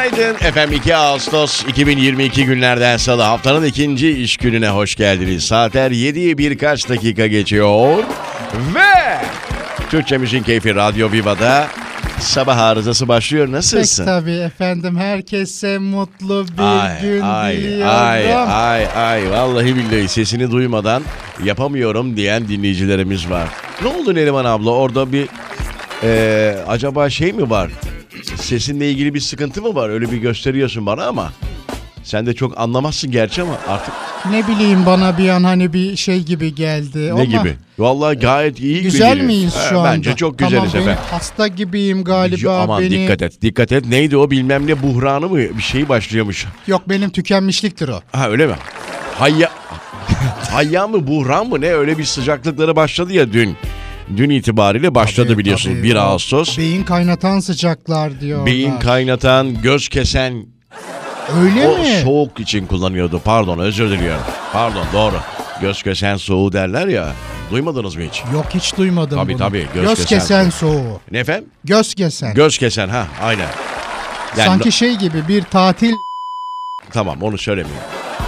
Günaydın efendim. 2 Ağustos 2022 günlerden salı, haftanın ikinci iş gününe hoş geldiniz. Saatler 7'yi birkaç dakika geçiyor ve Türkçe Müziğin Keyfi Radyo Viva'da sabah arızası başlıyor. Nasılsın? Pek tabii efendim, herkese mutlu bir gün diliyorum. Ay vallahi billahi sesini duymadan yapamıyorum diyen dinleyicilerimiz var. Ne oldu Neriman abla, orada bir acaba şey mi var? Sesinle ilgili bir sıkıntı mı var? Öyle bir gösteriyorsun bana ama sen de çok anlamazsın gerçi ama artık. Ne bileyim, bana bir an hani bir şey gibi geldi. Ne ama gibi? Vallahi gayet iyi gibi güzel geliyor. miyiz şu anda? Bence çok güzeliz tamam, efendim. Ben hasta gibiyim galiba. Aman dikkat et. Neydi o, bilmem ne buhranı mı bir şey başlıyormuş. Yok, benim tükenmişliktir o. Ha öyle mi? Hayya mı buhran mı ne, öyle bir sıcaklıkları başladı ya dün. Dün itibariyle başladı tabii, biliyorsun tabii. 1 Ağustos. Beyin kaynatan sıcaklar diyorlar. Beyin kaynatan, göz kesen. Öyle o mi? Soğuk için kullanıyordu. Pardon, özür diliyorum. Pardon, doğru. Göz kesen soğuğu derler ya. Duymadınız mı hiç? Yok, hiç duymadım tabii, bunu. Tabii. Göz kesen soğuğu. Ne efendim? Göz kesen. Göz kesen, ha aynen. Yani, sanki şey gibi bir tatil. Tamam, onu söylemeyeyim.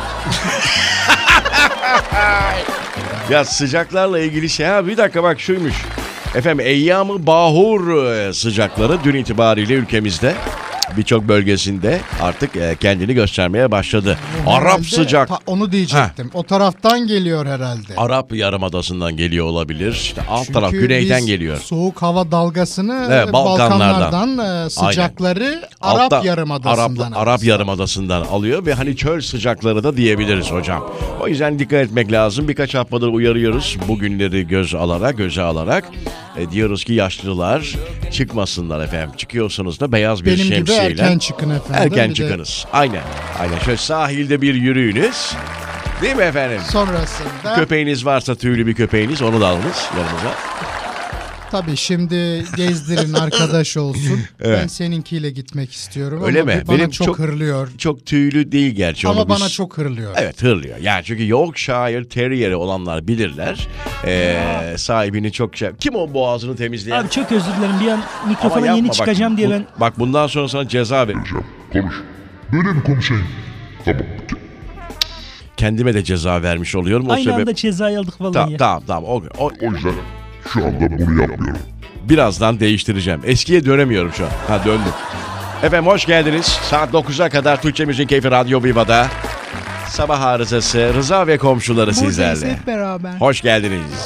Ya sıcaklarla ilgili şey, ha bir dakika bak şuymuş. Efendim Eyyam-ı Bahur sıcakları dün itibariyle ülkemizde birçok bölgesinde artık kendini göstermeye başladı. Herhalde, Arap sıcak. Onu diyecektim. O taraftan geliyor herhalde. Arap Yarımadası'ndan geliyor olabilir. İşte alt taraf güneyden geliyor. Soğuk hava dalgasını evet, Balkanlardan sıcakları Arap Yarımadası'ndan Arap Yarımadası'ndan alıyor ve hani çöl sıcakları da diyebiliriz hocam. O yüzden dikkat etmek lazım. Birkaç haftadır uyarıyoruz. Bu günleri göze alarak diyoruz ki yaşlılar çıkmasınlar efendim. Çıkıyorsanız da beyaz bir benim şemsiyeyle. Benim gibi erken çıkın efendim. Erken çıkınız. Aynen. Şöyle sahilde bir yürüyünüz. Değil mi efendim? Sonrasında. Köpeğiniz varsa, tüylü bir köpeğiniz, onu da alınız yanımıza. Tabii şimdi gezdirin, arkadaş olsun. Evet. Ben seninkiyle gitmek istiyorum. Öyle ama mi? Bana benim çok hırlıyor. Çok tüylü değil gerçi. Ama bana çok hırlıyor. Evet, hırlıyor. Yani çünkü Yorkshire Terrier'i olanlar bilirler. Sahibini çok şey. Kim o boğazını temizleyen? Abi çok özür dilerim. Bir an mikrofona yeni çıkacağım diye ben. Bak bundan sonra sana ceza vereceğim. Konuş. Böyle mi konuşayım? Tamam. Kendime de ceza vermiş oluyorum. Aynı anda cezayı aldık vallahi. Tamam. O yüzden şu anda bunu yapmıyorum. Birazdan değiştireceğim. Eskiye dönemiyorum şu an. Ha, döndüm. Efendim hoş geldiniz. Saat 9'a kadar Türkçe Müziğin Keyfi Radyo Viva'da. Sabah arızası, Rıza ve komşuları sizlerle. Buradayız hep beraber. Hoş geldiniz.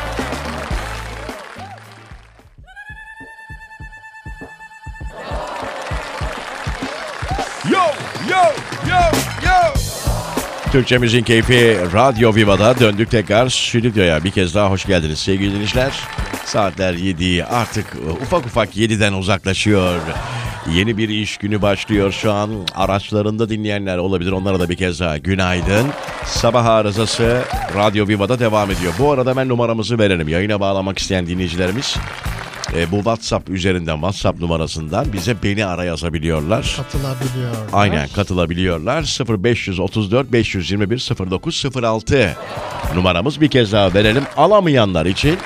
Yo! Türkçe Müziğin Keyfi Radyo Viva'da döndük tekrar stüdyoya. Bir kez daha hoş geldiniz sevgili dinleyiciler. Saatler 7'yi artık ufak 7'den uzaklaşıyor. Yeni bir iş günü başlıyor şu an. Araçlarında dinleyenler olabilir, onlara da bir kez daha günaydın. Sabah arızası Radyo Viva'da devam ediyor. Bu arada ben numaramızı verelim. Yayına bağlamak isteyen dinleyicilerimiz bu WhatsApp üzerinden, WhatsApp numarasından bize beni ara yazabiliyorlar. Katılabiliyorlar. Aynen, katılabiliyorlar. 0534 521 0906 numaramız, bir kez daha verelim. Alamayanlar için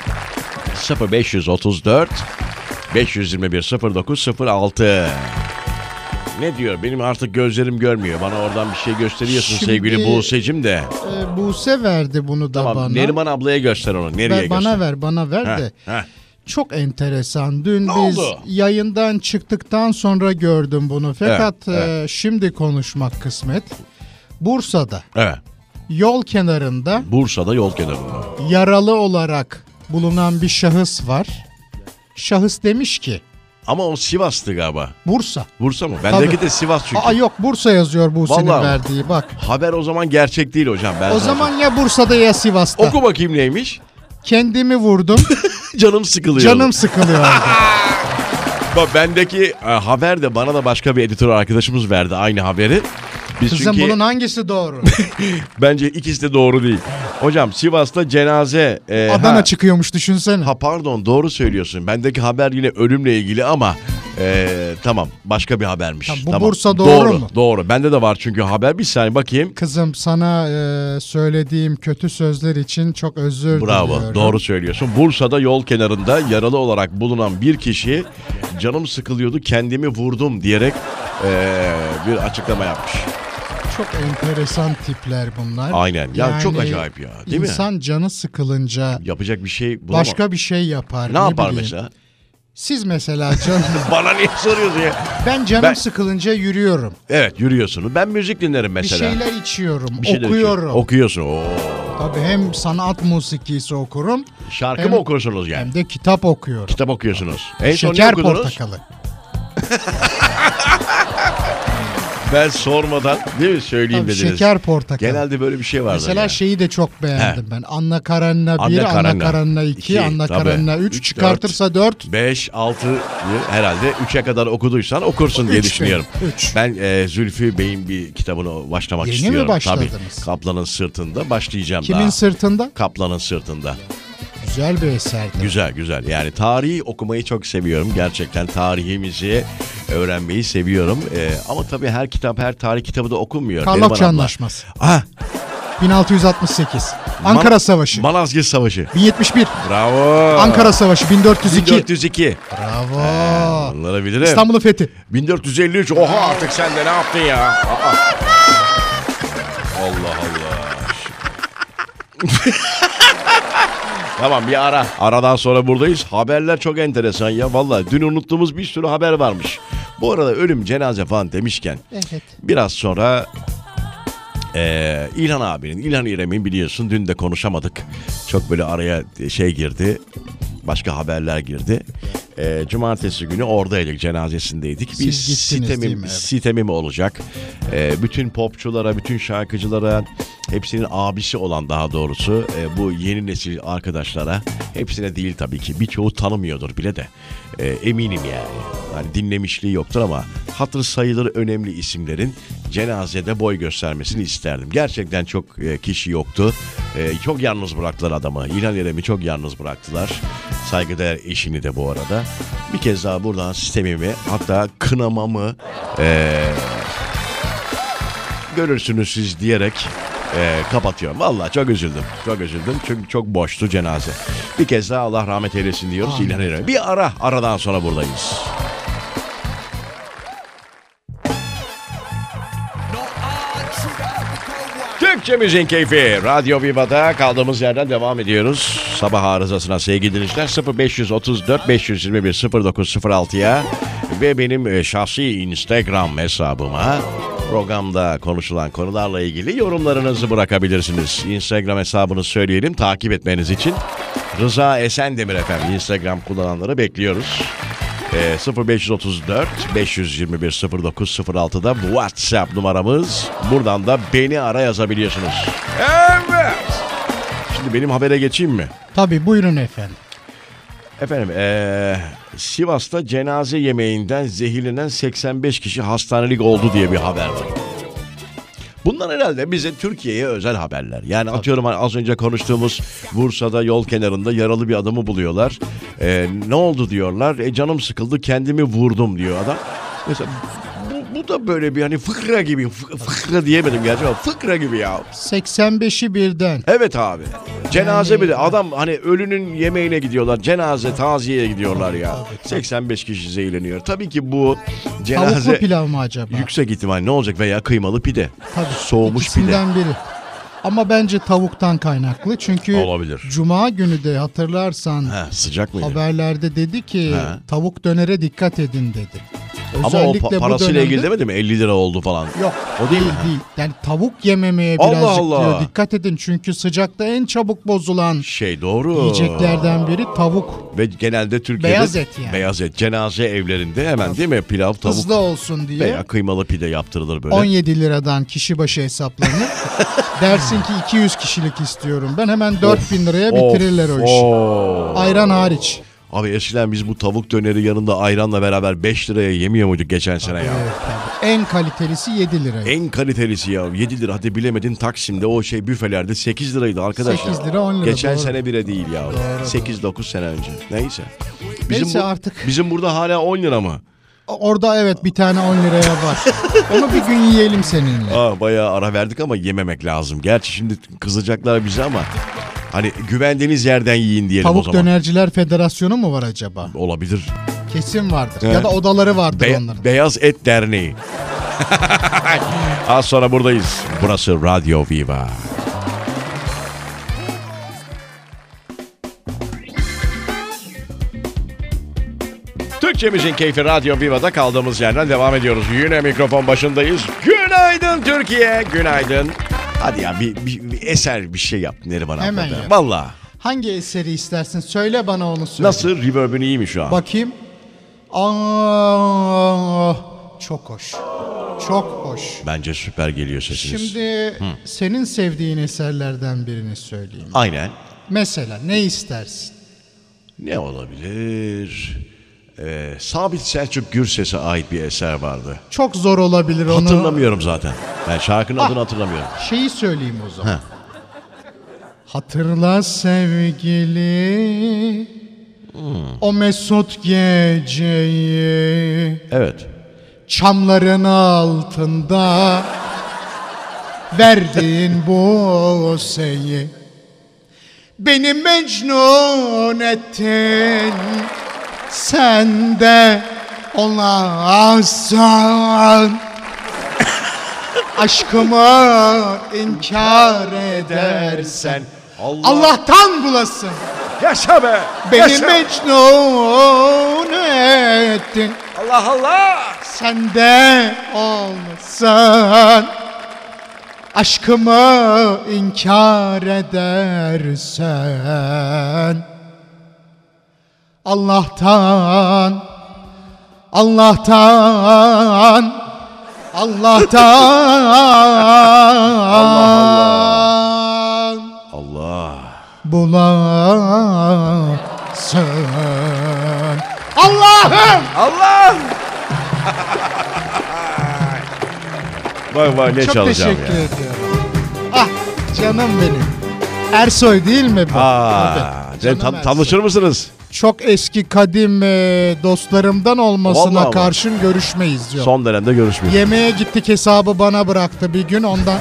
0534 521 0906. Ne diyor? Benim artık gözlerim görmüyor. Bana oradan bir şey gösteriyorsun şimdi, sevgili Buse'cim de. Buse verdi bunu da bana. Neriman ablaya göster onu. Nereye göster? Bana ver de. Çok enteresan. Dün biz oldu? Yayından çıktıktan sonra gördüm bunu. Fakat şimdi konuşmak kısmet. Bursa'da. Evet. Yol kenarında. Bursa'da yol kenarında. Yaralı olarak bulunan bir şahıs var. Şahıs demiş ki. Ama o Sivas'tı galiba. Bursa. Bursa mı? Bendeki de Sivas çünkü. Yok, Bursa yazıyor Buse'nin verdiği, bak. Haber o zaman gerçek değil hocam. O zaman ya Bursa'da ya Sivas'ta. Oku bakayım neymiş? Kendimi vurdum. Canım sıkılıyor. Canım sıkılıyordu. Bak bendeki haber de bana da başka bir editör arkadaşımız verdi aynı haberi. Kızım bunun hangisi doğru? Bence ikisi de doğru değil. Hocam Sivas'ta cenaze... Adana çıkıyormuş, düşünsene. Pardon, doğru söylüyorsun. Bendeki haber yine ölümle ilgili ama Tamam, başka bir habermiş. Tamam, bu tamam. Bursa doğru mu? Doğru. Bende de var çünkü haber. Bir saniye bakayım. Kızım sana söylediğim kötü sözler için çok özür Bravo, diliyorum. doğru söylüyorsun. Bursa'da yol kenarında yaralı olarak bulunan bir kişi canım sıkılıyordu kendimi vurdum diyerek bir açıklama yapmış. Çok enteresan tipler bunlar. Aynen. Ya çok acayip ya, değil mi? İnsan canı sıkılınca Yapacak bir şey bulamam. başka bir şey yapar. ne yapar bileyim. mesela? Siz mesela canım... Bana niye soruyorsun ya? Ben canım sıkılınca yürüyorum. Evet, yürüyorsunuz. Ben müzik dinlerim mesela. Bir şeyler içiyorum, Bir şeyler okuyorum. içiyorum. Okuyorsun. Oo. Tabii hem sanat musikisi okurum Şarkı Hem- mı okursunuz yani? hem de kitap okuyorum. Kitap okuyorsunuz. En son ne Şeker okudunuz? portakalı. Ben sormadan değil mi söyleyeyim Tabii dediniz. şeker portakalı. Genelde böyle bir şey vardır. Mesela ya. şeyi de çok beğendim ben. Anna Karenina 1, Anna Anna Karenina Karenina 2, İki, Anna tabii. Karenina 3 Üç, çıkartırsa 4. 5, 6 herhalde 3'e kadar okuduysan okursun diye Üç düşünüyorum. benim, üç. Ben Zülfü Bey'in bir kitabını başlamak Yeni mi istiyorum. başladınız? Tabii. Kaplanın Sırtında başlayacağım Kimin daha. sırtında? Kaplanın Sırtında. Güzel bir eserdi. Güzel. Yani tarihi okumayı çok seviyorum. Gerçekten tarihimizi öğrenmeyi seviyorum. Ama tabii her tarih kitabı da okunmuyor. Karlofça Neriman abla. Anlaşması. Ah, 1668. Ankara Savaşı. Malazgirt Savaşı. 1071. Bravo. Ankara Savaşı 1402. 1402. Bravo. Bunları bilirim. İstanbul'un fethi. 1453. Oha, artık sen de ne yaptın ya? Aa. Allah Allah. Tamam, bir ara. Aradan sonra buradayız. Haberler çok enteresan ya. Vallahi dün unuttuğumuz bir sürü haber varmış. Bu arada ölüm, cenaze falan demişken. Evet. Biraz sonra İlhan İrem'in biliyorsun dün de konuşamadık. Çok böyle araya girdi. Başka haberler girdi. Cumartesi günü oradaydık, cenazesindeydik. Siz gittiniz değil mi? Evet. Sitemim olacak. Bütün popçulara, bütün şarkıcılara, hepsinin abisi olan daha doğrusu bu yeni nesil arkadaşlara, hepsine değil tabii ki, birçoğu tanımıyordur bile de eminim yani. Hani dinlemişliği yoktur ama hatırı sayılır önemli isimlerin cenazede boy göstermesini isterdim. Gerçekten çok kişi yoktu. Çok yalnız bıraktılar adamı. İlhan İrem'i çok yalnız bıraktılar. Saygıdeğer eşini de bu arada. Bir kez daha buradan sistemimi, hatta kınamamı görürsünüz siz diyerek kapatıyorum. Vallahi çok üzüldüm. Çok üzüldüm çünkü çok boştu cenaze. Bir kez daha Allah rahmet eylesin diyoruz İlhan İrem'e. Bir aradan sonra buradayız. Türkçe Müziğin Keyfi Radyo Viva'da kaldığımız yerden devam ediyoruz. Sabah arızasına sevgili dinleyiciler 0534 521 0906'ya ve benim şahsi Instagram hesabıma programda konuşulan konularla ilgili yorumlarınızı bırakabilirsiniz. Instagram hesabını söyleyelim takip etmeniz için. Rıza Esendemir efendim, Instagram kullananları bekliyoruz. 0534 521 0906'da WhatsApp numaramız. Buradan da beni ara yazabiliyorsunuz. Evet. Şimdi benim habere geçeyim mi? Tabii, buyurun efendim. Efendim Sivas'ta cenaze yemeğinden zehirlenen 85 kişi hastanelik oldu diye bir haber var. Bunlar herhalde bize Türkiye'ye özel haberler. Yani atıyorum az önce konuştuğumuz Bursa'da yol kenarında yaralı bir adamı buluyorlar. Ne oldu diyorlar. Canım sıkıldı kendimi vurdum diyor adam. Mesela bu da böyle bir hani fıkra gibi. Fıkra diyemedim gerçi ama fıkra gibi ya. 85'i birden. Evet abi. Cenaze bile adam hani ölünün yemeğine gidiyorlar. Cenaze taziyeye gidiyorlar ya. 85 kişi zehirleniyor. Tabii ki bu cenaze Tavuklu pilav mı acaba? yüksek ihtimal ne olacak veya kıymalı pide. Tabii, Soğumuş pide. ikisinden biri. Ama bence tavuktan kaynaklı. Çünkü Olabilir. Cuma günü de hatırlarsan Sıcak mıydı? haberlerde dedi ki tavuk dönere dikkat edin dedi. Ama Özellikle o bu parasıyla dönemde- ilgili demedi mi? 50 lira oldu falan. Yok, O değil mi? değil. Yani tavuk yememeye Allah birazcık Allah. diyor. Dikkat edin çünkü sıcakta en çabuk bozulan Doğru. yiyeceklerden biri tavuk. Ve genelde Türkiye'de Beyaz et yani. Beyaz et. Cenaze evlerinde hemen değil mi? Pilav, tavuk Hızlı olsun diye. veya kıymalı pide yaptırılır böyle. 17 liradan kişi başı hesaplanır. Dersin ki 200 kişilik istiyorum. Ben hemen 4000 liraya bitirirler o işi. Ayran hariç. Abi eskiden biz bu tavuk döneri yanında ayranla beraber 5 liraya yemiyor muyduk geçen sene ya? Evet, tabii. En kalitelisi 7 lira. En kalitelisi ya. 7 lira, hadi bilemedin Taksim'de o büfelerde 8 liraydı arkadaşlar. 8 lira 10 lira. Geçen doğru. sene bile değil ya. 8-9 sene önce. Neyse. Neyse artık. Bizim burada hala 10 lira mı? Orada evet bir tane 10 liraya var. Onu bir gün yiyelim seninle. Bayağı ara verdik ama yememek lazım. Gerçi şimdi kızacaklar bize ama hani güvendiğiniz yerden yiyin diyelim o Tavuk zaman. Dönerciler Federasyonu mu var acaba? Olabilir. Kesin vardır. Evet. Ya da odaları vardır onların. Beyaz Et Derneği. Az sonra buradayız. Burası Radyo Viva. Türkçemizin keyfi Radyo Viva'da kaldığımız yerden devam ediyoruz. Yine mikrofon başındayız. Günaydın Türkiye, günaydın. Hadi ya bir eser bir şey yap Neriman abla. Hemen yap. Valla. Hangi eseri istersin? Söyle bana onu söyle. Nasıl? Reverb'ün iyi mi şu an? Bakayım. Aa, çok hoş. Çok hoş. Bence süper geliyor sesiniz. Şimdi senin sevdiğin eserlerden birini söyleyeyim. Aynen. Mesela ne istersin? Ne olabilir? Sabit Selçuk Gürses'e ait bir eser vardı. Çok zor olabilir onu. Hatırlamıyorum zaten. Ben şarkının adını hatırlamıyorum. Şeyi söyleyeyim o zaman. Heh. Hatırla sevgili o mesut geceyi, Evet. çamların altında verdiğin bu seyi, beni mecnun ettin, sen de olasın. Aşkımı inkar edersen Allah'tan bulasın. Yaşa be! Beni Yaşa! mecnun ettin, Allah Allah! sen de olmasın. Aşkımı inkar edersen Allah'tan Allah'tan Allah! bulasın. Allah'ım! Allah! Bak ne Çok çalacağım teşekkür ya. ediyorum. Ah canım benim. Ersoy değil mi bu? Tabii, Sen canım Ersoy. tanışır mısınız? Çok eski kadim dostlarımdan olmasına Vallahi karşın görüşmeyiz diyor. Son dönemde görüşmüyoruz. Yemeğe gittik, hesabı bana bıraktı bir gün ondan.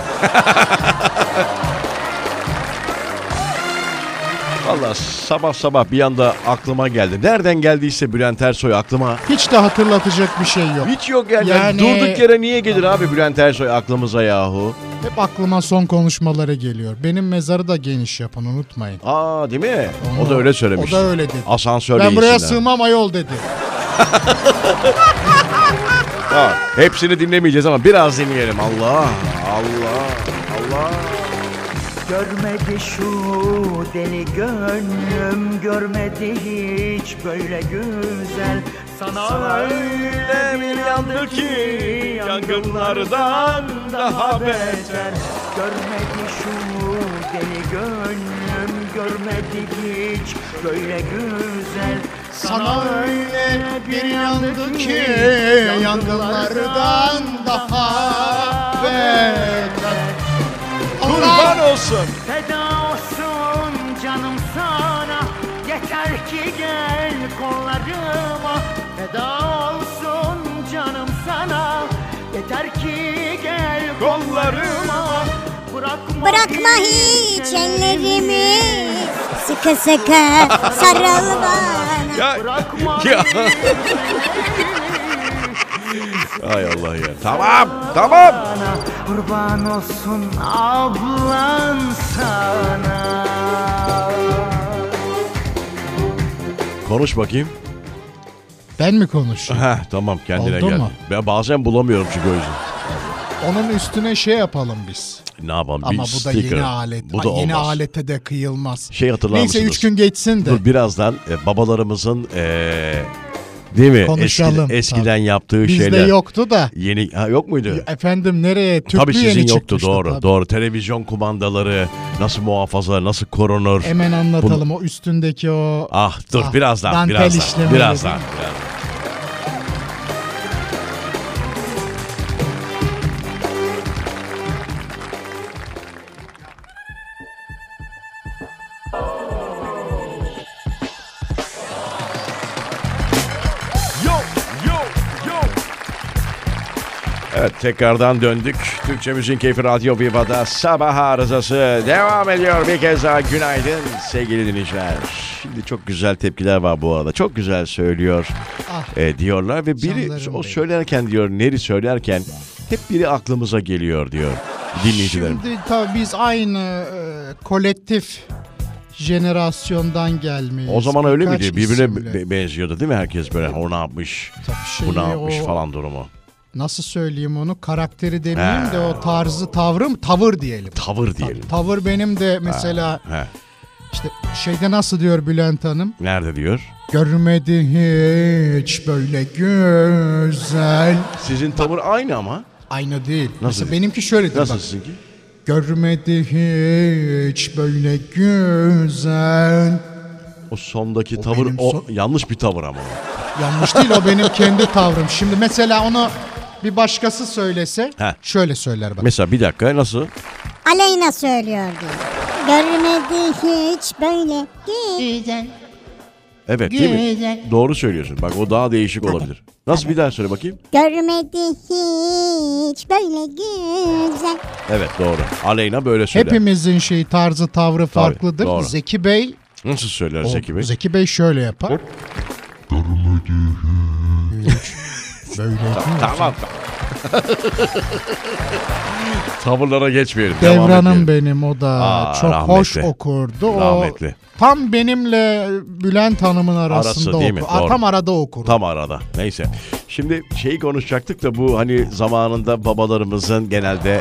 Valla sabah bir anda aklıma geldi. Nereden geldiyse Bülent Ersoy aklıma. Hiç de hatırlatacak bir şey yok. Hiç yok yani. Yani- Durduk yere niye gelir abi Bülent Ersoy aklımıza yahu? Hep aklıma son konuşmaları geliyor. Benim mezarı da geniş yapın, unutmayın. Değil mi? O da öyle söylemiş. O da öyle dedi. Asansörle Ben buraya insinler. sığmam ayol dedi. Tamam. Hepsini dinlemeyeceğiz ama biraz dinleyelim. Allah. Görmedi şu deli gönlüm, görmedi hiç böyle güzel. Sana öyle bir yandı ki yangınlardan daha beter. Görmedi şu deli gönlüm, görmedi hiç böyle güzel. Sana öyle bir yandı ki yangınlardan daha beter. Kurban olsun. Feda olsun canım sana, yeter ki gel kollarıma. Feda olsun canım sana, yeter ki gel kollarıma. Bırakma hiç ellerimi, sıkı sıkı sarıl bana. Ya. Ya. Ay Allah ya. Tamam. Kurban olsun ablan sana. Konuş bakayım. Ben mi konuşayım? Tamam kendine Oldu gel. mu? Ben bazen bulamıyorum çünkü o yüzden. Onun üstüne şey yapalım biz. Ne yapalım? Ama Bir bu da sticker. yeni alet. Bu da Yeni olmaz. alete de kıyılmaz. Şey hatırlar Neyse mısınız? 3 gün geçsin de. Dur birazdan babalarımızın değil mi? Konuşalım. Eskiden yaptığı Bizde şeyler. yoktu da. Yeni yok muydu? Efendim nereye? Tüplü Tabii sizin yeni yoktu çıkmıştı, doğru. tabii. Doğru. Televizyon kumandaları nasıl muhafaza, nasıl korunur? Hemen anlatalım o üstündeki o. Dur Ah, birazdan. dantel işlemeli Birazdan. değil Evet, tekrardan döndük. Türkçe Müziğin Keyfi Radyo Viva'da sabah arızası devam ediyor. Bir kez daha günaydın sevgili dinleyiciler. Şimdi çok güzel tepkiler var bu arada. Çok güzel söylüyor diyorlar ve biri o söylerken diyor, Neri söylerken hep biri aklımıza geliyor diyor dinleyicilerim. Şimdi tabii biz aynı kolektif jenerasyondan gelmeyiz. O zaman öyle Birkaç miydi? Birbirine isimle. benziyordu değil mi? Herkes böyle o ne yapmış, bu ne yapmış falan durumu. Nasıl söyleyeyim onu? Karakteri demeyeyim de o tarzı, tavır diyelim. Tavır diyelim. Tavır benim de mesela işte şeyde nasıl diyor Bülent Hanım? Nerede diyor? Görmedi hiç böyle güzel. Sizin tavır aynı ama. Aynı değil. Nasıl Mesela değil? benimki şöyledir. Nasıl bak. sizinki? Görmedi hiç böyle güzel. O sondaki O tavır benim yanlış bir tavır ama. Yanlış değil, o benim kendi tavrım. Şimdi mesela onu bir başkası söylese şöyle söyler bak. Mesela bir dakika nasıl? Aleyna söylüyor diyor. Görmedi hiç böyle güzel. Evet değil mi? Doğru söylüyorsun. Bak o daha değişik olabilir. Nasıl bir daha söyle bakayım? Görmedi hiç böyle güzel. Evet doğru. Aleyna böyle söyler. Hepimizin tarzı, tavrı farklıdır. doğru. Zeki Bey Nasıl söyler Zeki Bey? Zeki Bey şöyle yapar. Böyle Tamam. Tavırlara geçmeyelim. Devam Devranım edelim. benim, o da çok rahmetli. hoş okurdu. Rahmetli. O tam benimle Bülent Hanım'ın arasında Arası değil mi? Doğru. Tam arada okurdu. Tam arada. Neyse. Şimdi şeyi konuşacaktık da bu hani zamanında babalarımızın genelde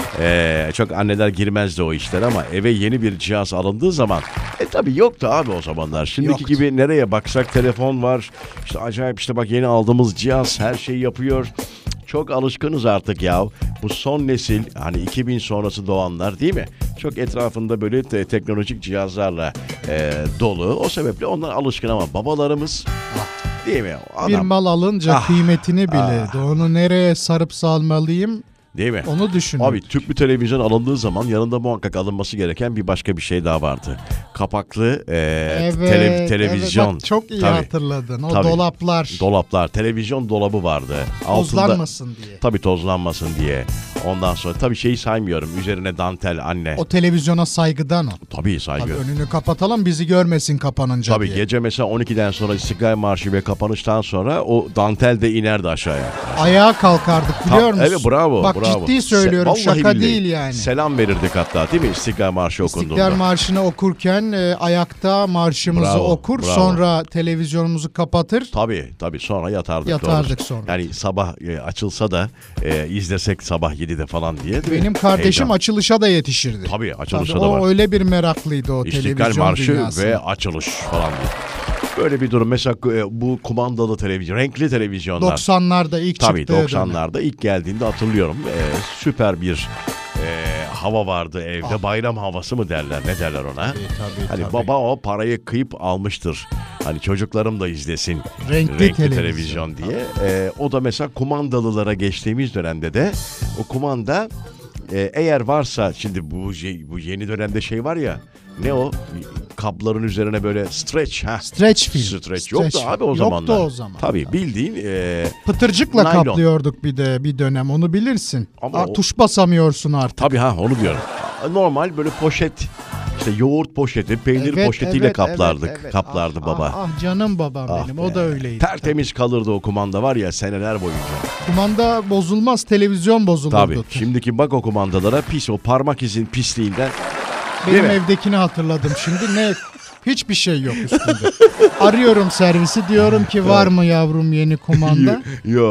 çok anneler girmezdi o işler ama eve yeni bir cihaz alındığı zaman tabii yoktu abi o zamanlar. Şimdiki gibi nereye baksak telefon var. İşte acayip işte bak yeni aldığımız cihaz her şeyi yapıyor. Çok alışkınız artık ya. Bu son nesil hani 2000 sonrası doğanlar değil mi? Çok etrafında böyle teknolojik cihazlarla dolu. O sebeple onlar alışkın ama babalarımız değil mi? Bir mal alınca kıymetini bilirdi. Onu nereye sarıp salmalıyım? Değil mi? Onu düşünün. Abi tüplü televizyon alındığı zaman yanında muhakkak alınması gereken bir başka bir şey daha vardı. Kapaklı televizyon. Evet, bak, çok iyi hatırladın. O tabii. dolaplar. Televizyon dolabı vardı. Tozlanmasın diye. Tabii tozlanmasın diye. Ondan sonra tabii şeyi saymıyorum. Üzerine dantel anne. O televizyona saygıdan o. Tabii saygıyorum. Tabii önünü kapatalım, bizi görmesin kapanınca tabii diye. Gece mesela 12'den sonra İstiklal Marşı ve kapanıştan sonra o dantel de inerdi aşağıya. Ayağa kalkardık biliyor musun? Evet bravo. Bak bravo. ciddi söylüyorum, şaka billahi. değil yani. Selam verirdik hatta değil mi İstiklal Marşı okunduğunda. İstiklal Marşı'nı okurken ayakta marşımızı okur. Sonra televizyonumuzu kapatır. Tabii sonra yatardık. Yatardık doğru. sonra. Yani sabah açılsa da izlesek sabah 7'de falan diye. Benim kardeşim açılışa da yetişirdi. Tabii açılışa da var. O öyle bir meraklıydı o İstiklal televizyon Marşı dünyasına. ve açılış falan diye. Böyle bir durum. Mesela bu kumandalı televizyon, renkli televizyonlar. 90'larda ilk tabii, çıktığı 90'larda ilk geldiğinde hatırlıyorum. Süper bir hava vardı evde. Bayram havası mı derler? Ne derler ona? Tabii. Baba o parayı kıyıp almıştır. Hani çocuklarım da izlesin. Renkli televizyon diye. O da mesela kumandalılara geçtiğimiz dönemde de o kumanda eğer varsa şimdi bu yeni dönemde şey var ya, ne o? Kapların üzerine böyle stretch film. Stretch yoktu abi o zamanlar. Yoktu o zaman. Tabii bildiğin pıtırcıkla naylon. kaplıyorduk bir dönem, onu bilirsin. Ama tuş basamıyorsun artık. Tabii onu diyorum. Normal böyle poşet, işte yoğurt poşeti, peynir poşetiyle kaplardı baba. Ah canım babam benim, o da öyleydi. Tertemiz kalırdı o kumanda var ya seneler boyunca. Kumanda bozulmaz, televizyon bozulurdu. Tabii. Şimdiki bak o kumandalara pis, o parmak izin pisliğinden. Benim evdekini hatırladım şimdi. Hiçbir şey yok üstünde. Arıyorum servisi, diyorum ki var mı yavrum yeni kumanda?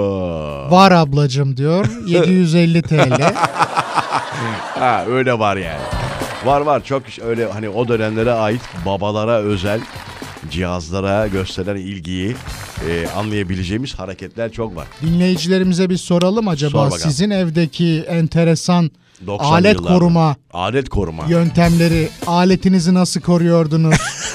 Var ablacığım diyor. 750 TL. Öyle var yani. Var çok öyle hani o dönemlere ait babalara özel cihazlara gösteren ilgiyi anlayabileceğimiz hareketler çok var. Dinleyicilerimize bir soralım acaba sizin evdeki enteresan alet koruma yöntemleri, aletinizi nasıl koruyordunuz?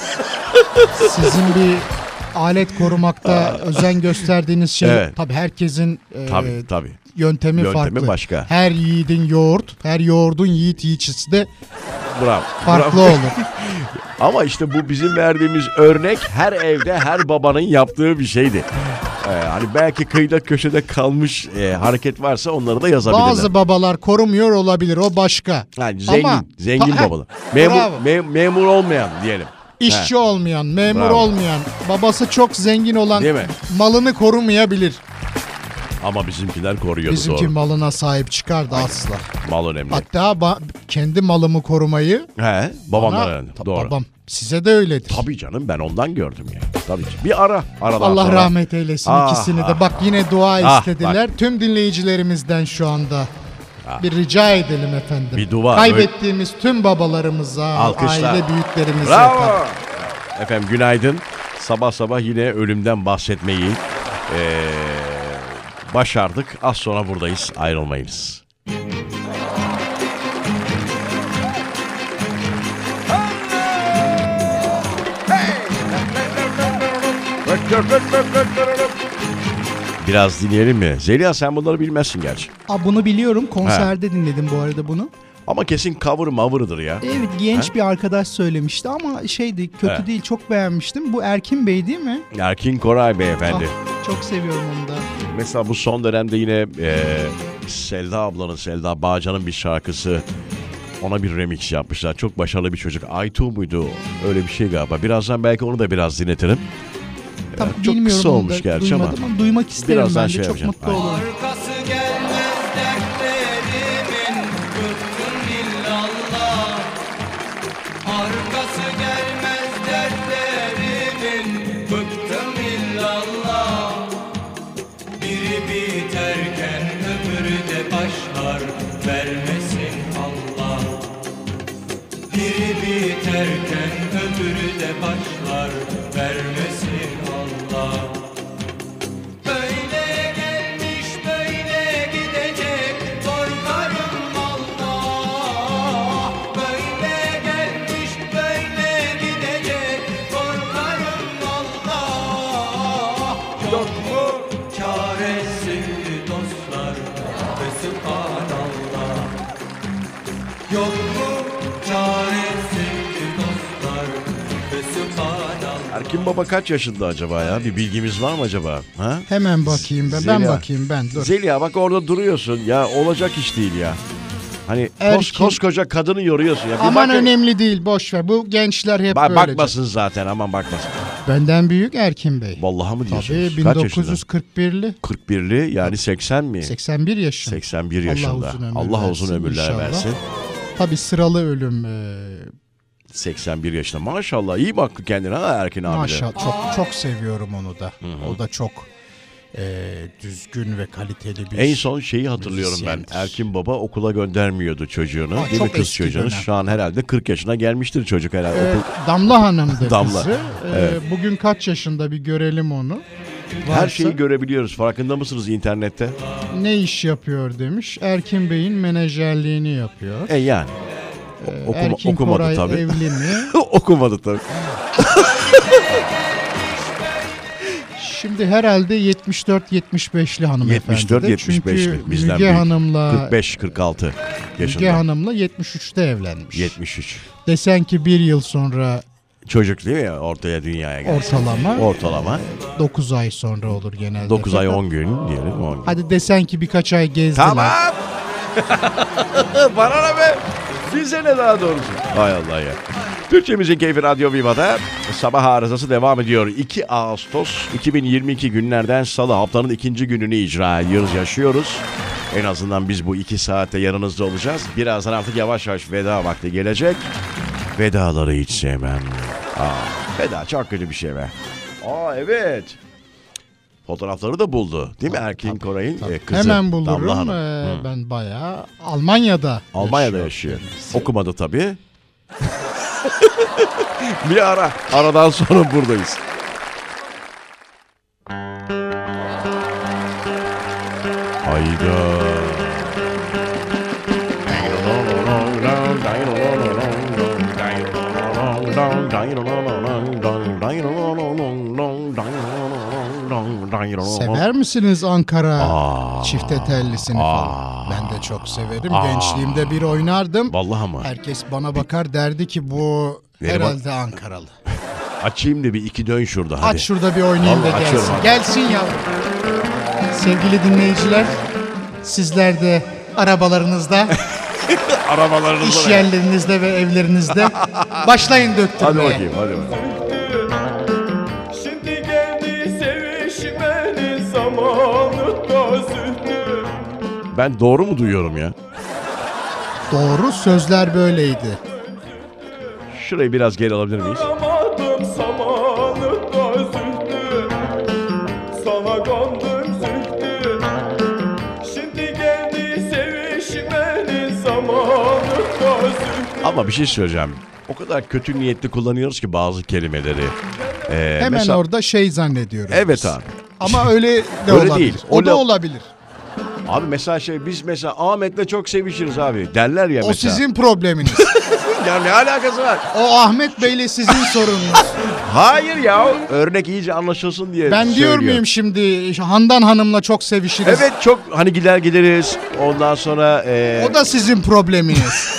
Sizin bir alet korumakta özen gösterdiğiniz şey, tabii herkesin tabii. Yöntemi farklı. Başka. Her yiğidin her yoğurdun yiğitçisi de Bravo. farklı olur. Ama işte bu bizim verdiğimiz örnek her evde her babanın yaptığı bir şeydi. Hani belki kıyıda köşede kalmış hareket varsa onları da yazabilirler. Bazı babalar korumuyor olabilir, o başka. Yani zengin babalar. Memur olmayan diyelim. İşçi olmayan, memur Bravo. olmayan, babası çok zengin olan Değil mi? malını korumayabilir. Ama bizimkiler koruyordu, Bizimki doğru. malına sahip çıkardı asla. Mal önemli. Hatta kendi malımı korumayı Babamlar bana- önemli. Doğru. babam size de öyledir. Tabii canım, ben ondan gördüm ya. Tabii ki. Bir aradan Allah sonra. rahmet eylesin ikisini de. Bak yine dua istediler. Tüm dinleyicilerimizden şu anda bir rica edelim efendim. Bir dua. Kaybettiğimiz tüm babalarımıza, Alkışlar. aile büyüklerimize. Bravo. Efendim günaydın. Sabah sabah yine ölümden bahsetmeyi başardık. Az sonra buradayız. Ayrılmayınız. Biraz dinleyelim mi? Zeliha, sen bunları bilmezsin gerçi. Bunu biliyorum. Konserde dinledim bu arada bunu. Ama kesin cover mavırıdır ya. Evet, genç bir arkadaş söylemişti ama kötü değil, çok beğenmiştim. Bu Erkin Bey değil mi? Erkin Koray beyefendi. Çok seviyorum onu da. Mesela bu son dönemde yine Selda Bağcan'ın bir şarkısı, ona bir remix yapmışlar. Çok başarılı bir çocuk. Aytu muydu? Öyle bir şey galiba. Birazdan belki onu da biraz dinletirim. Tam Çok bilmiyorum, kısa onu olmuş da gerçi ama. duymak isterim, Birazdan ben de şey çok yapacağım. mutlu olurum. Arkası gelmez dertlerimin, bıktım illallah. Arkası gelmez dertlerimin, bıktım illallah. Biri biterken öbürü de başlar, vermesin Allah. Biri biterken öbürü de başlar, vermesin Allah. Böyle gelmiş böyle gidecek, korkarım Allah. Böyle gelmiş böyle gidecek, korkarım Allah. Yok mu çaresi dostlar ve subhanallah. Yok mu çaresi dostlar ve subhanallah. Erkin Baba kaç yaşında acaba ya? Bir bilgimiz var mı acaba? Ha? Hemen bakayım ben. Zeliha. Ben bakayım ben. Dur. Zeliha bak, orada duruyorsun. Ya olacak iş değil ya. Hani Erkin- koskoca kadını yoruyorsun ya. Bir Aman bakın. önemli değil, boş ver. Bu gençler hep böylece. Bakmasın zaten, aman bakmasın. Benden büyük Erkin Bey. Vallahi mı diyorsunuz? Tabii, Kaç yaşında? 1941'li. 41'li yani 80 mi? 81 yaşında. 81 yaşında. Allah uzun ömürler inşallah. versin. Tabii sıralı ölüm. 81 yaşında. Maşallah iyi baktı kendine ha Erkin abi de. Maşallah çok seviyorum onu da. O da çok düzgün ve kaliteli bir. En son şeyi hatırlıyorum ben. müzisyendir. Erkin Baba okula göndermiyordu çocuğunu. Değil mi çok kız eski çocuğunu? dönem. Şu an herhalde 40 yaşına gelmiştir çocuk herhalde. Damla Hanım'dı Damla. kızı. Evet. Bugün kaç yaşında bir görelim onu. Her Varsa şeyi görebiliyoruz. Farkında mısınız internette? ne iş yapıyor demiş. Erkin Bey'in menajerliğini yapıyor. Yani. Erkin okumadı Koray tabii. evli mi? Okumadı tabii. Şimdi herhalde 74-75'li hanımefendi. 74-75'li. Bizden Müge büyük. Hanım'la 45-46 yaşında. Müge Hanım'la 73'te evlenmiş. 73. Desen ki bir yıl sonra Çocuk değil mi ya, ortaya dünyaya gelsin. Ortalama. 9 ay sonra olur genelde. 9 ay Fakat 10 gün diyelim. 10 gün. Hadi desen ki birkaç ay gezdiler. Tamam. Bana ne be? Bize ne daha doğrusu? Hay Allah ya. Türkçemizin keyfi Radyo Viva'da sabah arızası devam ediyor. 2 Ağustos 2022 günlerden salı, haftanın ikinci gününü icra ediyoruz, yaşıyoruz. En azından biz bu 2 saatte yanınızda olacağız. Birazdan artık yavaş yavaş veda vakti gelecek. Vedaları hiç sevmem. Veda çok kötü bir şey be. Evet. Fotoğrafları da buldu. Değil mi Erkin Koray'ın kızı? Hemen Damla bulurum. Hanım. Ben bayağı Almanya'da yaşıyor. Okumadı tabii. Bir aradan sonra buradayız. Hayda. Sever misiniz Ankara çifte tellisini falan? Ben de çok severim. Gençliğimde bir oynardım. Vallahi mı? Herkes bana bakar derdi ki bu herhalde Ankaralı. Açayım da bir iki dön şurada hadi. Aç şurada bir oynayayım Vallahi da açıyorum gelsin. abi. Gelsin yavrum. Sevgili dinleyiciler, sizler de arabalarınızda, Arabalarınızda iş da. yerlerinizde ve evlerinizde başlayın Hadi döktürmeye. bakayım hadi bakayım. Şimdi geldi sevişmenin zamanı da zühtü. Ben doğru mu duyuyorum ya? Doğru, sözler böyleydi. Şurayı biraz geri alabilir miyiz? Aramadım samanı da zühtü. Sana kandım zühtü. Şimdi geldi sevişmenin zamanı da zühtü. Ama bir şey söyleyeceğim. O kadar kötü niyetli kullanıyoruz ki bazı kelimeleri. Hemen mesela- orada şey zannediyoruz. Evet biz. abi. Ama öyle de Öyle olabilir. değil. O da Öyle- olabilir. Abi mesela biz mesela Ahmet'le çok sevişiriz abi. Derler ya O mesela. sizin probleminiz. Ya ne alakası var? O Ahmet Bey'le sizin sorununuz. Hayır ya. Örnek iyice anlaşılsın diye Ben diyor söylüyorum. muyum şimdi Handan Hanım'la çok sevişiriz. Evet çok hani gider gideriz. Ondan sonra O da sizin probleminiz.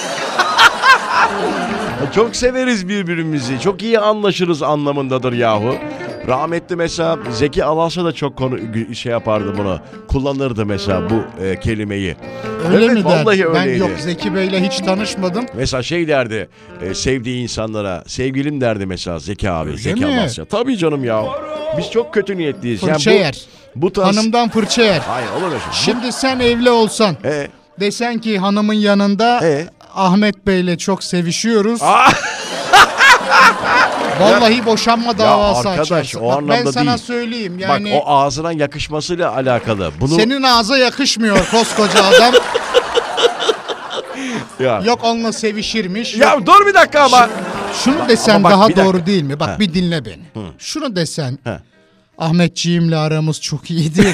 çok severiz birbirimizi. Çok iyi anlaşırız anlamındadır yahu. Rahmetli mesela Zeki Alasya da çok şey yapardı bunu. Kullanırdı mesela bu kelimeyi. Öyle Evet, mi der? vallahi Ben öyleydi. yok Zeki Bey'le hiç tanışmadım. Mesela şey derdi sevdiği insanlara sevgilim derdi mesela Zeki abi. Zeki mi? Alasya. Tabii canım ya. Biz çok kötü niyetliyiz. Fırça bu, yer. bu tarz... Hanımdan fırça yer. Hayır olur mu? Şimdi sen evli olsan desen ki hanımın yanında Ahmet Bey'le çok sevişiyoruz. Vallahi boşanma davası arkadaş, açarsın. o Bak, anlamda ben sana değil. söyleyeyim yani. Bak o ağzına yakışmasıyla alakalı. Bunu Senin ağza yakışmıyor koskoca adam. ya. Yok onunla sevişirmiş. Ya yok. dur bir dakika ama. Şunu desen ama bak, daha bir dakika. doğru değil mi? Bak Ha. bir dinle beni. Şunu desen. Ha. Ahmetciğimle aramız çok iyidir.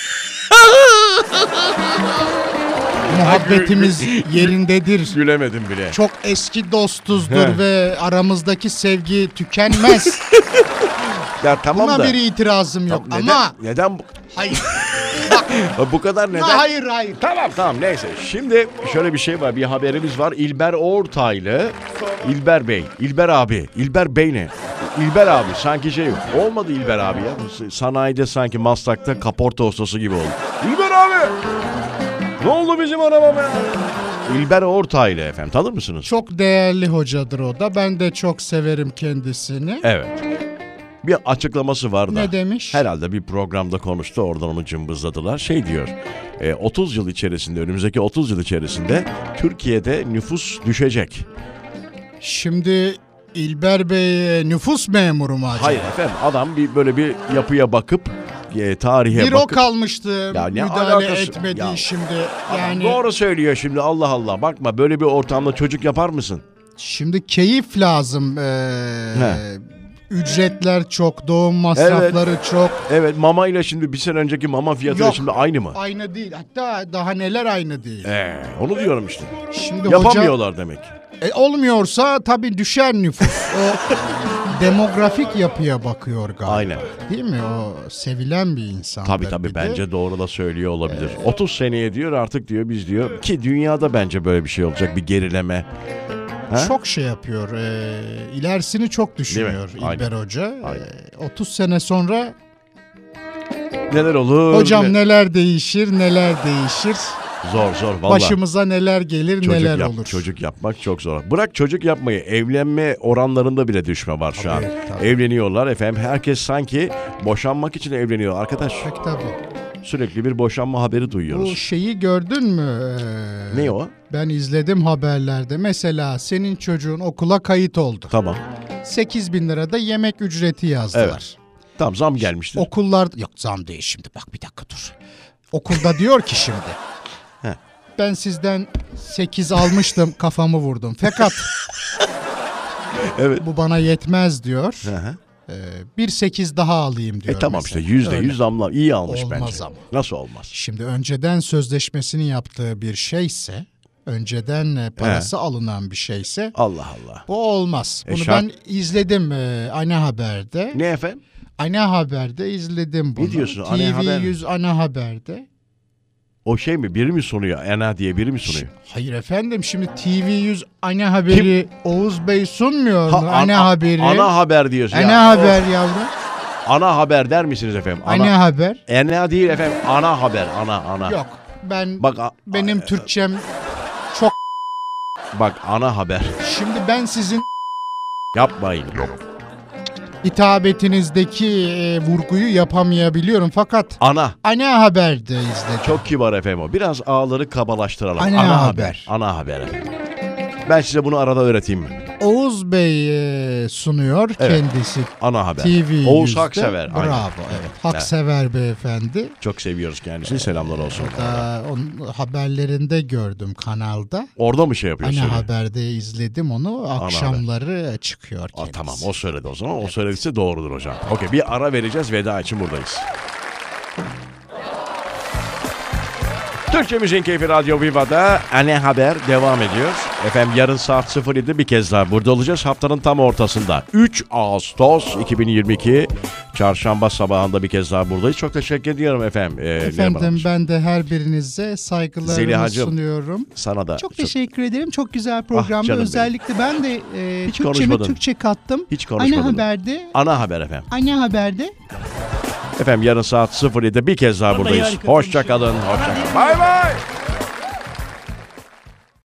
Muhabbetimiz yerindedir. Gülemedim bile. Çok eski dostuzdur He. ve aramızdaki sevgi tükenmez. Ya tamam Buna da. bir itirazım yok Neden, ama neden hayır. bu kadar neden? Hayır hayır. Tamam neyse. Şimdi şöyle bir şey var. Bir haberimiz var. İlber Ortaylı. İlber Bey. İlber abi. İlber Bey ne? İlber abi sanki şey yok. Olmadı İlber abi ya. Sanayide sanki Maslak'ta kaporta ustası gibi oldu. İlber abi. Ne oldu bizim arabama ya? İlber Ortaylı efendim. Tanır mısınız? Çok değerli hocadır o da. Ben de çok severim kendisini. Evet. Bir açıklaması var da. Ne demiş? Herhalde bir programda konuştu. Oradan onu cımbızladılar. Şey diyor. 30 yıl içerisinde, önümüzdeki 30 yıl içerisinde Türkiye'de nüfus düşecek. Şimdi İlber Bey nüfus memuru mu acaba? Hayır efendim. Adam böyle bir yapıya bakıp tarihe Bir bakıp. o kalmıştı Ya ne müdahale alakası- etmedi Ya, şimdi. Adam Yani doğru söylüyor şimdi Allah Allah. Bakma böyle bir ortamda çocuk yapar mısın? şimdi keyif lazım. He. Ücretler çok, doğum masrafları çok. Evet mama ile şimdi bir sene önceki mama fiyatı Yok. şimdi aynı mı? Aynı değil. Hatta daha neler aynı değil. Onu diyorum işte. Şimdi Yapamıyorlar demek. Olmuyorsa tabii düşer nüfus. O demografik yapıya bakıyor galiba. Aynen. Değil mi? O sevilen bir insan. Tabii bence doğru da söylüyor olabilir. 30 seneye diyor artık diyor biz diyor ki dünyada bence böyle bir şey olacak bir gerileme. Ha? Çok şey yapıyor. İlerisini çok düşünüyor Değil mi? İlber Hoca. Aynen. 30 sene sonra Neler olur? hocam neler değişir, neler değişir. Zor vallahi. Başımıza neler gelir, neler olur. Çocuk yapmak çok zor. Bırak çocuk yapmayı, evlenme oranlarında bile düşme var şu an. Tabii. Evleniyorlar efendim. Herkes sanki boşanmak için evleniyor arkadaş. Peki tabii. Sürekli bir boşanma haberi Bu duyuyoruz. şeyi gördün mü? Ne o? Ben izledim haberlerde. Mesela senin çocuğun okula kayıt oldu. Tamam. 8.000 lira da yemek ücreti yazdılar. Evet. Tamam zam gelmiştir. Okullar yok zam değil şimdi bak bir dakika dur. Okulda diyor ki şimdi. He. Ben sizden 8 almıştım kafamı vurdum. Fakat Evet. bu bana yetmez diyor. Hı hı. Bir 8 daha alayım diyor. Tamam mesela. işte %100 Öyle. zamla iyi almış Olmaz bence. ama. Nasıl olmaz? Şimdi önceden sözleşmesini yaptığı bir şeyse, önceden parası alınan bir şeyse Allah Allah. bu olmaz. Bunu şart- ben izledim Ana Haber'de. Ne efendim? Ana Haber'de izledim bunu. diyorsun, Ana TV Haber mi? 100 Ana Haber'de. O şey mi? Biri mi sunuyor? Ena diye biri mi sunuyor? Hayır efendim, şimdi TV100 ana haberi Oğuz Bey sunmuyor mu? Ana haberi. Ana haber diyorsun. Ana haber yavrum. Ana haber der misiniz efendim? Ana haber. Ena değil efendim. Ana haber. Ana. Yok. Bak, Benim Türkçem çok. Bak ana haber. Şimdi ben sizin Yapmayın. hitabetinizdeki vurguyu yapamayabiliyorum fakat Ana. ana haberde izledim. Çok kibar efendim o. Biraz ağları kabalaştıralım. Ana haber. Ana haber efendim. Ben size bunu arada öğreteyim mi? Oğuz Bey sunuyor kendisi. Ana haber. TV Oğuz Haksever. Bravo, Aynen. evet. Haksever beyefendi. Çok seviyoruz kendisini. Selamlar olsun. Onun haberlerinde gördüm kanalda. Orada mı şey yapıyorsun? Ana haberde izledim onu. Akşamları çıkıyor kendisi. Tamam, o söyledi o zaman. O söylediyse doğrudur hocam. Okey, bir ara vereceğiz. Veda için buradayız. Türkçe Müziğin Keyfi Radyo Viva'da Ana Haber devam ediyor. Efendim yarın saat 07'de bir kez daha burada olacağız. Haftanın tam ortasında. 3 Ağustos 2022 Çarşamba sabahında bir kez daha buradayız. Çok teşekkür ediyorum efendim. Efendim ben de her birinize saygılarımı Zelihacığım, sunuyorum. sana da. Çok teşekkür ederim. Çok güzel programdı. canım Özellikle ben de Hiç Türkçe'mi konuşmadın. Türkçe kattım. Hiç konuşmadın. Ana haberde. Ana Haber efendim. Ana haberde. Efendim yarın saat 07'de bir kez daha buradayız. Hoşça kalın. Hoşça kalın. Bay bay.